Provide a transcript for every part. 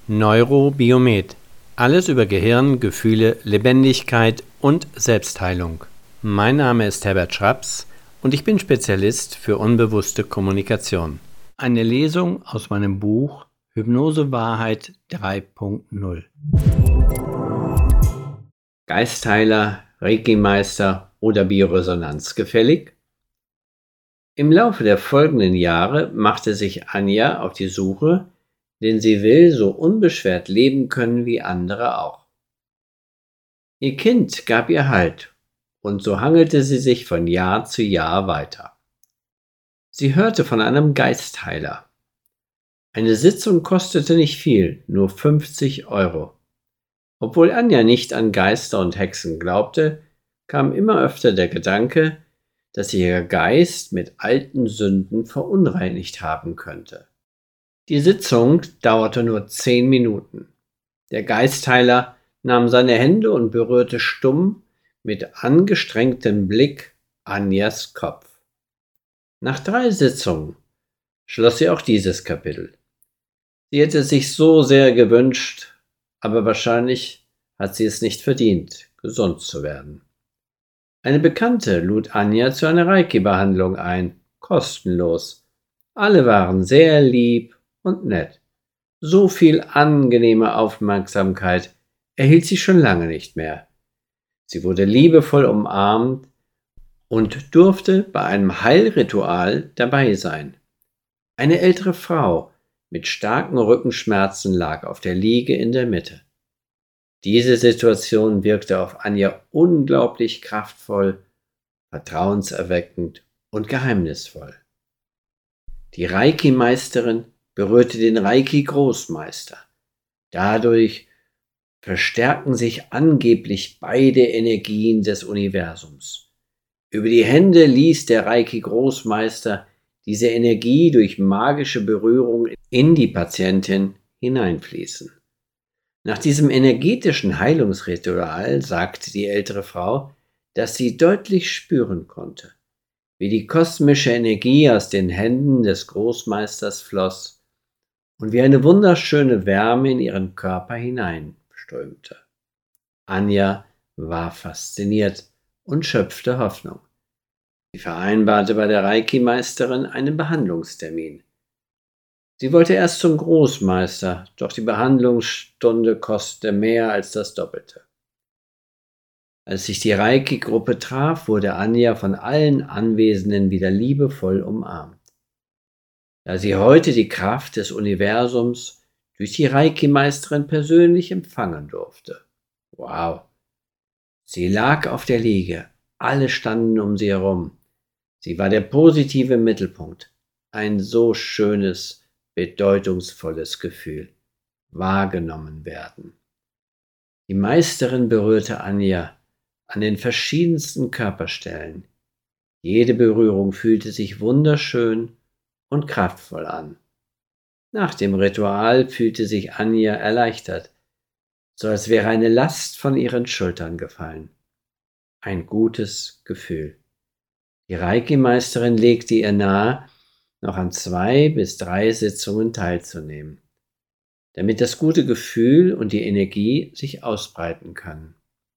Neurobiomet. Alles über Gehirn, Gefühle, Lebendigkeit und Selbstheilung. Mein Name ist Herbert Schraps und ich bin Spezialist für unbewusste Kommunikation. Eine Lesung aus meinem Buch Hypnose Wahrheit 3.0. Geistheiler, Reiki-Meister oder Bioresonanz gefällig? Im Laufe der folgenden Jahre machte sich Anja auf die Suche, denn sie will so unbeschwert leben können wie andere auch. Ihr Kind gab ihr Halt, und so hangelte sie sich von Jahr zu Jahr weiter. Sie hörte von einem Geistheiler. Eine Sitzung kostete nicht viel, nur 50 Euro. Obwohl Anja nicht an Geister und Hexen glaubte, kam immer öfter der Gedanke, dass ihr Geist mit alten Sünden verunreinigt haben könnte. Die Sitzung dauerte nur 10 Minuten. Der Geistheiler nahm seine Hände und berührte stumm mit angestrengtem Blick Anjas Kopf. Nach 3 Sitzungen schloss sie auch dieses Kapitel. Sie hätte es sich so sehr gewünscht, aber wahrscheinlich hat sie es nicht verdient, gesund zu werden. Eine Bekannte lud Anja zu einer Reiki-Behandlung ein, kostenlos. Alle waren sehr lieb und nett. So viel angenehme Aufmerksamkeit erhielt sie schon lange nicht mehr. Sie wurde liebevoll umarmt und durfte bei einem Heilritual dabei sein. Eine ältere Frau mit starken Rückenschmerzen lag auf der Liege in der Mitte. Diese Situation wirkte auf Anja unglaublich kraftvoll, vertrauenserweckend und geheimnisvoll. Die Reiki-Meisterin berührte den Reiki-Großmeister. Dadurch verstärken sich angeblich beide Energien des Universums. Über die Hände ließ der Reiki-Großmeister diese Energie durch magische Berührung in die Patientin hineinfließen. Nach diesem energetischen Heilungsritual sagte die ältere Frau, dass sie deutlich spüren konnte, wie die kosmische Energie aus den Händen des Großmeisters floss und wie eine wunderschöne Wärme in ihren Körper hineinströmte. Anja war fasziniert und schöpfte Hoffnung. Sie vereinbarte bei der Reiki-Meisterin einen Behandlungstermin. Sie wollte erst zum Großmeister, doch die Behandlungsstunde kostete mehr als das Doppelte. Als sich die Reiki-Gruppe traf, wurde Anja von allen Anwesenden wieder liebevoll umarmt. Da sie heute die Kraft des Universums durch die Reiki-Meisterin persönlich empfangen durfte. Wow! Sie lag auf der Liege, alle standen um sie herum. Sie war der positive Mittelpunkt. Ein so schönes, bedeutungsvolles Gefühl. Wahrgenommen werden. Die Meisterin berührte Anja an den verschiedensten Körperstellen. Jede Berührung fühlte sich wunderschön und kraftvoll an. Nach dem Ritual fühlte sich Anja erleichtert, so als wäre eine Last von ihren Schultern gefallen. Ein gutes Gefühl. Die Reiki-Meisterin legte ihr nahe, noch an 2 bis 3 Sitzungen teilzunehmen, damit das gute Gefühl und die Energie sich ausbreiten können.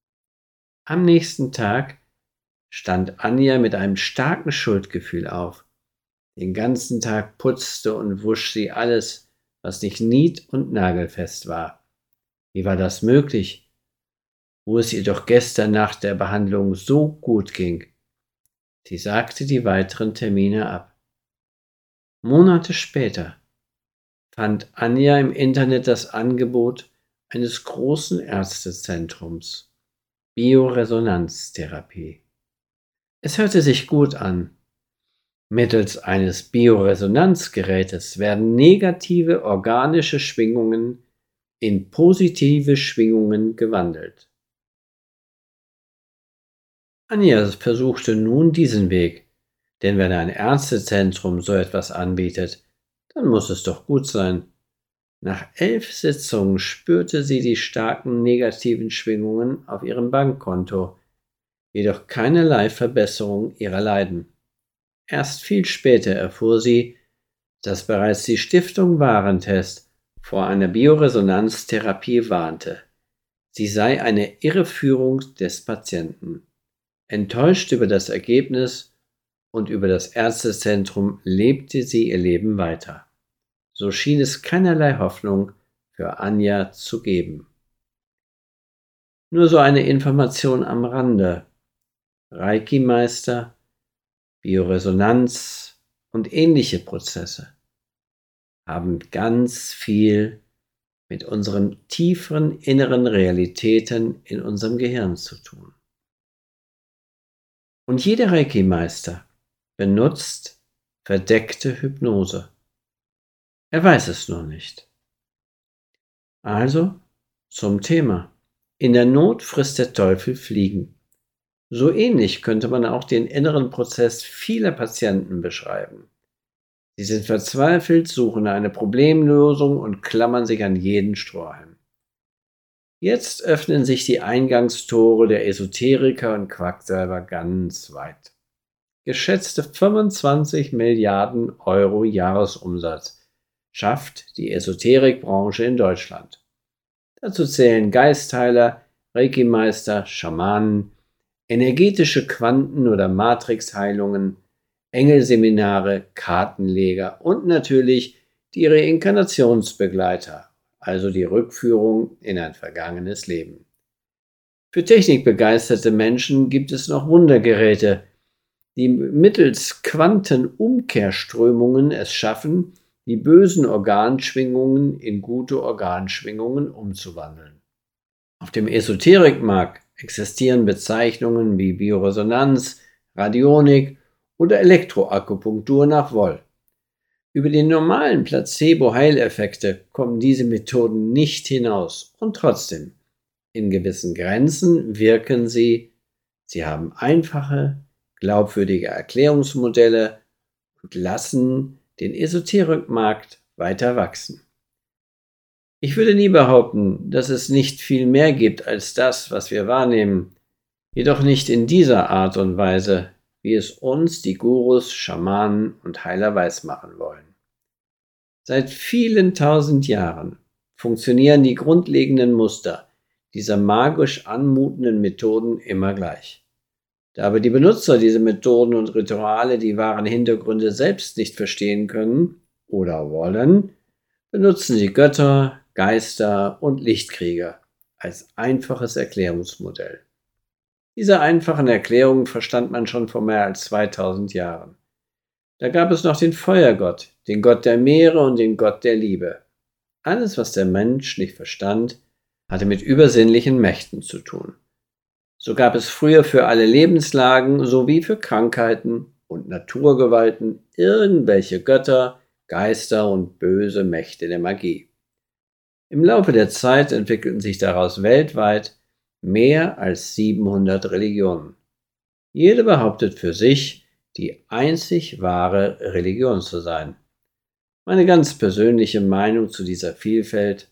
Am nächsten Tag stand Anja mit einem starken Schuldgefühl auf. Den ganzen Tag putzte und wusch sie alles, was nicht nied- und nagelfest war. Wie war das möglich, wo es ihr doch gestern nach der Behandlung so gut ging? Sie sagte die weiteren Termine ab. Monate später fand Anja im Internet das Angebot eines großen Ärztezentrums, Bioresonanztherapie. Es hörte sich gut an. Mittels eines Bioresonanzgerätes werden negative organische Schwingungen in positive Schwingungen gewandelt. Anja versuchte nun diesen Weg, denn wenn ein Ärztezentrum so etwas anbietet, dann muss es doch gut sein. Nach 11 Sitzungen spürte sie die starken negativen Schwingungen auf ihrem Bankkonto, jedoch keinerlei Verbesserung ihrer Leiden. Erst viel später erfuhr sie, dass bereits die Stiftung Warentest vor einer Bioresonanztherapie warnte. Sie sei eine Irreführung des Patienten. Enttäuscht über das Ergebnis und über das Ärztezentrum lebte sie ihr Leben weiter. So schien es keinerlei Hoffnung für Anja zu geben. Nur so eine Information am Rande. Reiki-Meister, Bioresonanz und ähnliche Prozesse haben ganz viel mit unseren tieferen inneren Realitäten in unserem Gehirn zu tun. Und jeder Reiki-Meister benutzt verdeckte Hypnose. Er weiß es nur nicht. Also zum Thema. In der Not frisst der Teufel Fliegen. So ähnlich könnte man auch den inneren Prozess vieler Patienten beschreiben. Sie sind verzweifelt, suchen eine Problemlösung und klammern sich an jeden Strohhalm. Jetzt öffnen sich die Eingangstore der Esoteriker und Quacksalber ganz weit. Geschätzte 25 Milliarden Euro Jahresumsatz schafft die Esoterikbranche in Deutschland. Dazu zählen Geistheiler, Reiki-Meister, Schamanen, energetische Quanten- oder Matrixheilungen, Engelseminare, Kartenleger und natürlich die Reinkarnationsbegleiter, also die Rückführung in ein vergangenes Leben. Für technikbegeisterte Menschen gibt es noch Wundergeräte, die mittels Quantenumkehrströmungen es schaffen, die bösen Organschwingungen in gute Organschwingungen umzuwandeln. Auf dem Esoterikmarkt existieren Bezeichnungen wie Bioresonanz, Radionik oder Elektroakupunktur nach Woll. Über die normalen Placebo-Heileffekte kommen diese Methoden nicht hinaus und trotzdem, in gewissen Grenzen wirken sie. Sie haben einfache, glaubwürdige Erklärungsmodelle und lassen den Esoterikmarkt weiter wachsen. Ich würde nie behaupten, dass es nicht viel mehr gibt als das, was wir wahrnehmen, jedoch nicht in dieser Art und Weise, wie es uns die Gurus, Schamanen und Heiler weismachen wollen. Seit vielen tausend Jahren funktionieren die grundlegenden Muster dieser magisch anmutenden Methoden immer gleich. Da aber die Benutzer dieser Methoden und Rituale die wahren Hintergründe selbst nicht verstehen können oder wollen, benutzen sie Götter, Geister und Lichtkrieger als einfaches Erklärungsmodell. Diese einfachen Erklärungen verstand man schon vor mehr als 2000 Jahren. Da gab es noch den Feuergott, den Gott der Meere und den Gott der Liebe. Alles, was der Mensch nicht verstand, hatte mit übersinnlichen Mächten zu tun. So gab es früher für alle Lebenslagen sowie für Krankheiten und Naturgewalten irgendwelche Götter, Geister und böse Mächte der Magie. Im Laufe der Zeit entwickelten sich daraus weltweit mehr als 700 Religionen. Jede behauptet für sich, die einzig wahre Religion zu sein. Meine ganz persönliche Meinung zu dieser Vielfalt: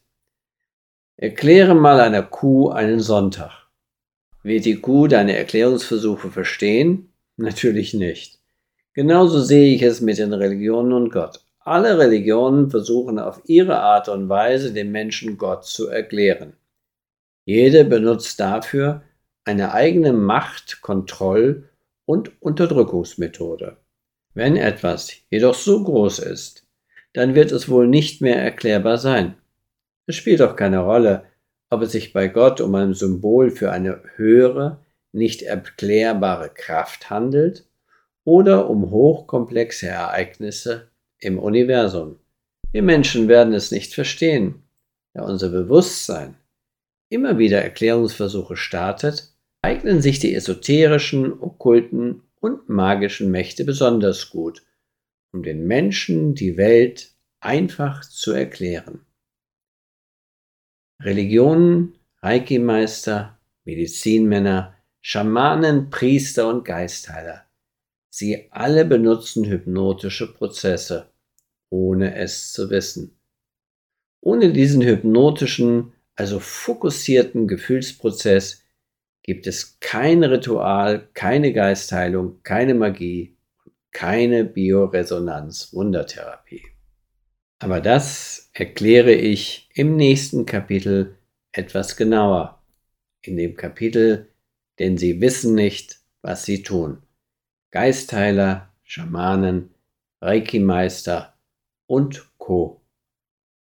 Erkläre mal einer Kuh einen Sonntag. Wird die Kuh deine Erklärungsversuche verstehen? Natürlich nicht. Genauso sehe ich es mit den Religionen und Gott. Alle Religionen versuchen auf ihre Art und Weise den Menschen Gott zu erklären. Jede benutzt dafür eine eigene Macht-, Kontroll- und Unterdrückungsmethode. Wenn etwas jedoch so groß ist, dann wird es wohl nicht mehr erklärbar sein. Es spielt auch keine Rolle, ob es sich bei Gott um ein Symbol für eine höhere, nicht erklärbare Kraft handelt oder um hochkomplexe Ereignisse im Universum. Wir Menschen werden es nicht verstehen, da unser Bewusstsein immer wieder Erklärungsversuche startet, eignen sich die esoterischen, okkulten und magischen Mächte besonders gut, um den Menschen die Welt einfach zu erklären. Religionen, Reiki-Meister, Medizinmänner, Schamanen, Priester und Geistheiler. Sie alle benutzen hypnotische Prozesse, ohne es zu wissen. Ohne diesen hypnotischen, also fokussierten Gefühlsprozess gibt es kein Ritual, keine Geistheilung, keine Magie, keine Bioresonanz-Wundertherapie. Aber das erkläre ich im nächsten Kapitel etwas genauer. In dem Kapitel, denn sie wissen nicht, was sie tun. Geistheiler, Schamanen, Reiki-Meister und Co.